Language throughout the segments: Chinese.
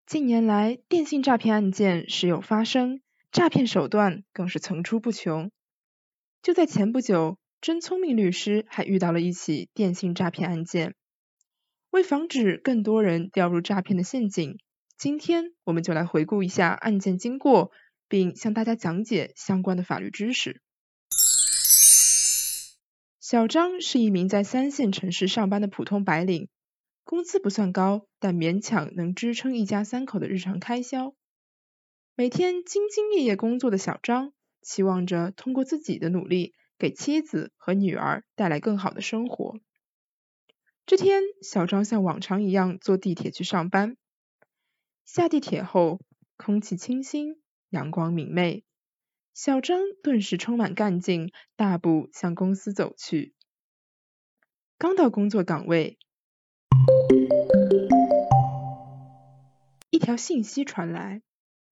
近年来，电信诈骗案件时有发生，诈骗手段更是层出不穷。就在前不久，真聪明律师还遇到了一起电信诈骗案件。为防止更多人掉入诈骗的陷阱，今天我们就来回顾一下案件经过，并向大家讲解相关的法律知识。小张是一名在3线城市上班的普通白领，工资不算高，但勉强能支撑一家3口的日常开销。每天兢兢业业工作的小张，期望着通过自己的努力，给妻子和女儿带来更好的生活。这天，小张像往常一样坐地铁去上班。下地铁后，空气清新，阳光明媚，小张顿时充满干劲，大步向公司走去。刚到工作岗位，一条信息传来：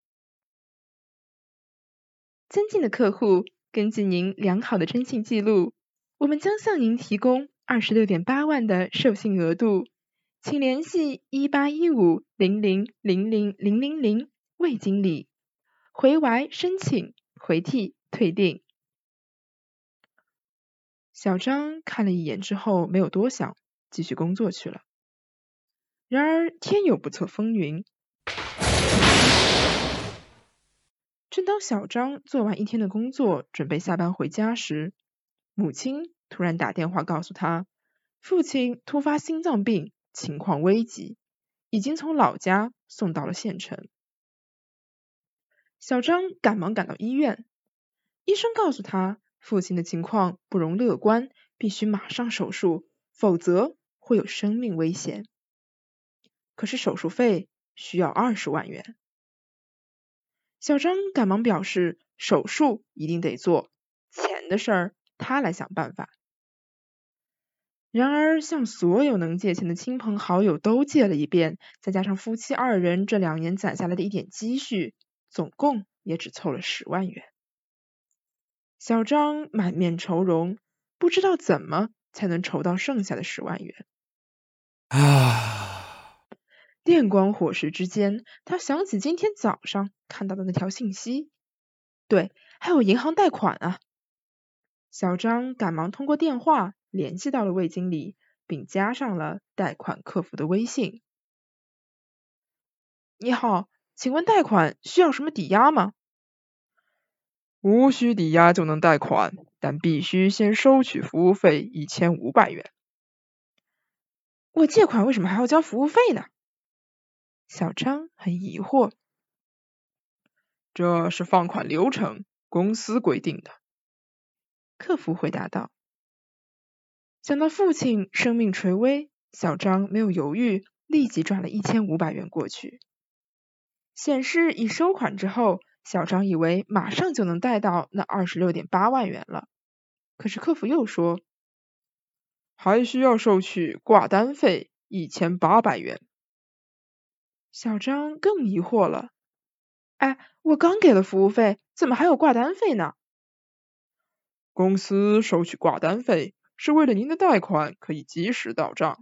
尊敬的客户，根据您良好的征信记录，我们将向您提供26.8万的授信额度，请联系1815000000魏经理，回完申请，回替退订。小张看了一眼之后没有多想，继续工作去了。然而天有不测风云，正当小张做完一天的工作，准备下班回家时，母亲突然打电话告诉他，父亲突发心脏病，情况危急，已经从老家送到了县城。小张赶忙赶到医院，医生告诉他，父亲的情况不容乐观，必须马上手术，否则会有生命危险。可是手术费需要20万元。小张赶忙表示，手术一定得做，钱的事儿他来想办法。然而向所有能借钱的亲朋好友都借了一遍，再加上夫妻2人这2年攒下来的一点积蓄，总共也只凑了10万元。小张满面愁容，不知道怎么才能筹到剩下的10万元。电光火石之间，他想起今天早上看到的那条信息，对，还有银行贷款啊。小张赶忙通过电话联系到了魏经理，并加上了贷款客服的微信。你好，请问贷款需要什么抵押吗？ 无需抵押就能贷款，但必须先收取服务费1500元。 我借款为什么还要交服务费呢？小张很疑惑。 这是放款流程，公司规定的。 客服回答道。想到父亲生命垂危，小张没有犹豫，立即转了1500元过去。显示已收款之后，小张以为马上就能贷到那26.8万元了。可是客服又说， 还需要收取挂单费1800元。 小张更疑惑了。哎，我刚给了服务费，怎么还有挂单费呢？ 公司收取挂单费是为了您的贷款可以及时到账。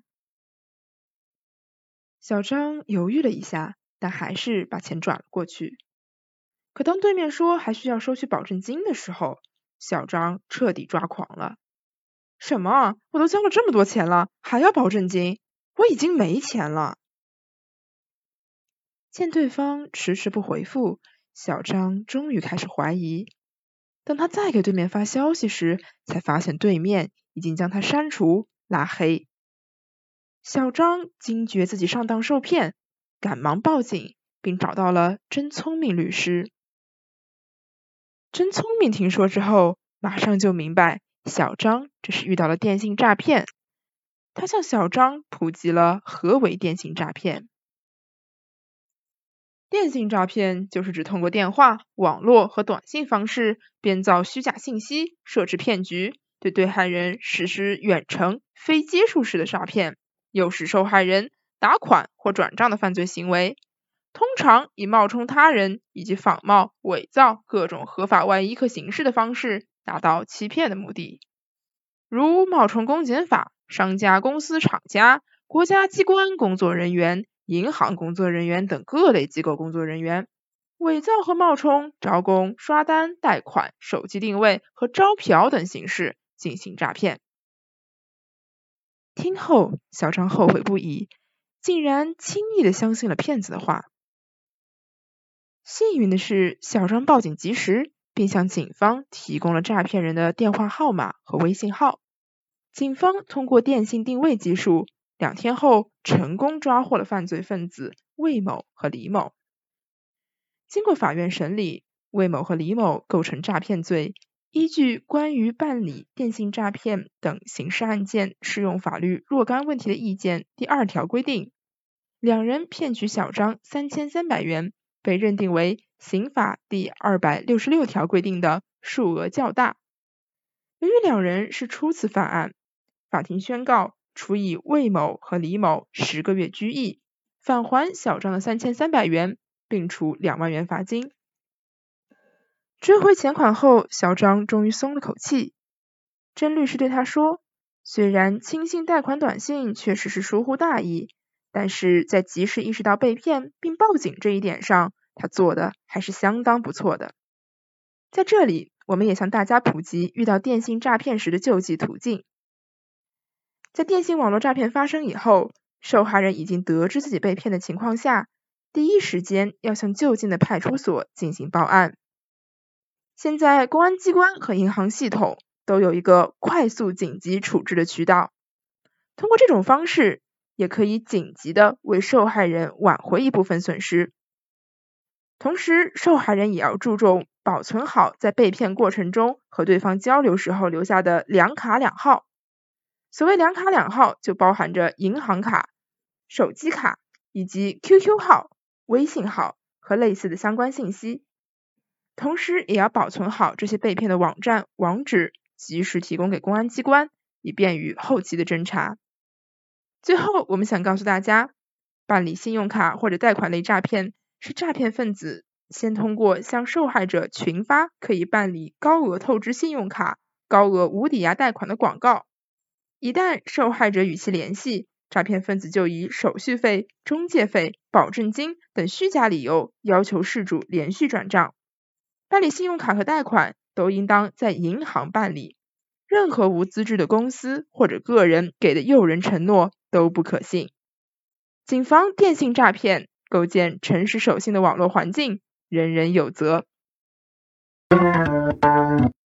小张犹豫了一下，但还是把钱转了过去。可当对面说还需要收取保证金的时候，小张彻底抓狂了。什么？我都交了这么多钱了，还要保证金？我已经没钱了。见对方迟迟不回复，小张终于开始怀疑。等他再给对面发消息时，才发现对面已经将他删除拉黑。小张惊觉自己上当受骗，赶忙报警，并找到了真聪明律师。真聪明听说之后，马上就明白小张这是遇到了电信诈骗。他向小张普及了何为电信诈骗。电信诈骗就是指通过电话、网络和短信方式编造虚假信息，设置骗局，对被害人实施远程、非接触式的诈骗，诱使受害人打款或转账的犯罪行为。通常以冒充他人以及仿冒、伪造各种合法外衣可形式的方式达到欺骗的目的，如冒充公检法、商家、公司、厂家、国家机关工作人员、 银行工作人员等各类机构工作人员，伪造和冒充招工、刷单、贷款、手机定位和招嫖等形式进行诈骗。听后，小张后悔不已，竟然轻易地相信了骗子的话。幸运的是，小张报警及时，并向警方提供了诈骗人的电话号码和微信号。警方通过电信定位技术，2天后成功抓获了犯罪分子魏某和李某。经过法院审理，魏某和李某构成诈骗罪，依据《关于办理电信诈骗等刑事案件适用法律若干问题的意见》第2条规定，2人骗取小张3300元，被认定为刑法第266条规定的数额较大。由于2人是初次犯案，法庭宣告处以魏某和李某10个月拘役，返还小张的3300元，并处2万元罚金。追回钱款后，小张终于松了口气。甄律师对他说，虽然轻信贷款短信确实是疏忽大意，但是在及时意识到被骗并报警这一点上，他做的还是相当不错的。在这里，我们也向大家普及遇到电信诈骗时的救济途径。在电信网络诈骗发生以后，受害人已经得知自己被骗的情况下，第一时间要向就近的派出所进行报案。现在公安机关和银行系统都有一个快速紧急处置的渠道，通过这种方式，也可以紧急的为受害人挽回一部分损失。同时，受害人也要注重保存好在被骗过程中和对方交流时候留下的2卡2号。所谓2卡2号，就包含着银行卡、手机卡以及 QQ 号、微信号和类似的相关信息。同时也要保存好这些被骗的网站、网址，及时提供给公安机关，以便于后期的侦查。最后，我们想告诉大家，办理信用卡或者贷款类诈骗，是诈骗分子先通过向受害者群发可以办理高额透支信用卡、高额无抵押贷款的广告。一旦受害者与其联系，诈骗分子就以手续费、中介费、保证金等虚假理由要求事主连续转账。办理信用卡和贷款都应当在银行办理，任何无资质的公司或者个人给的诱人承诺都不可信。谨防电信诈骗，构建诚实守信的网络环境，人人有责。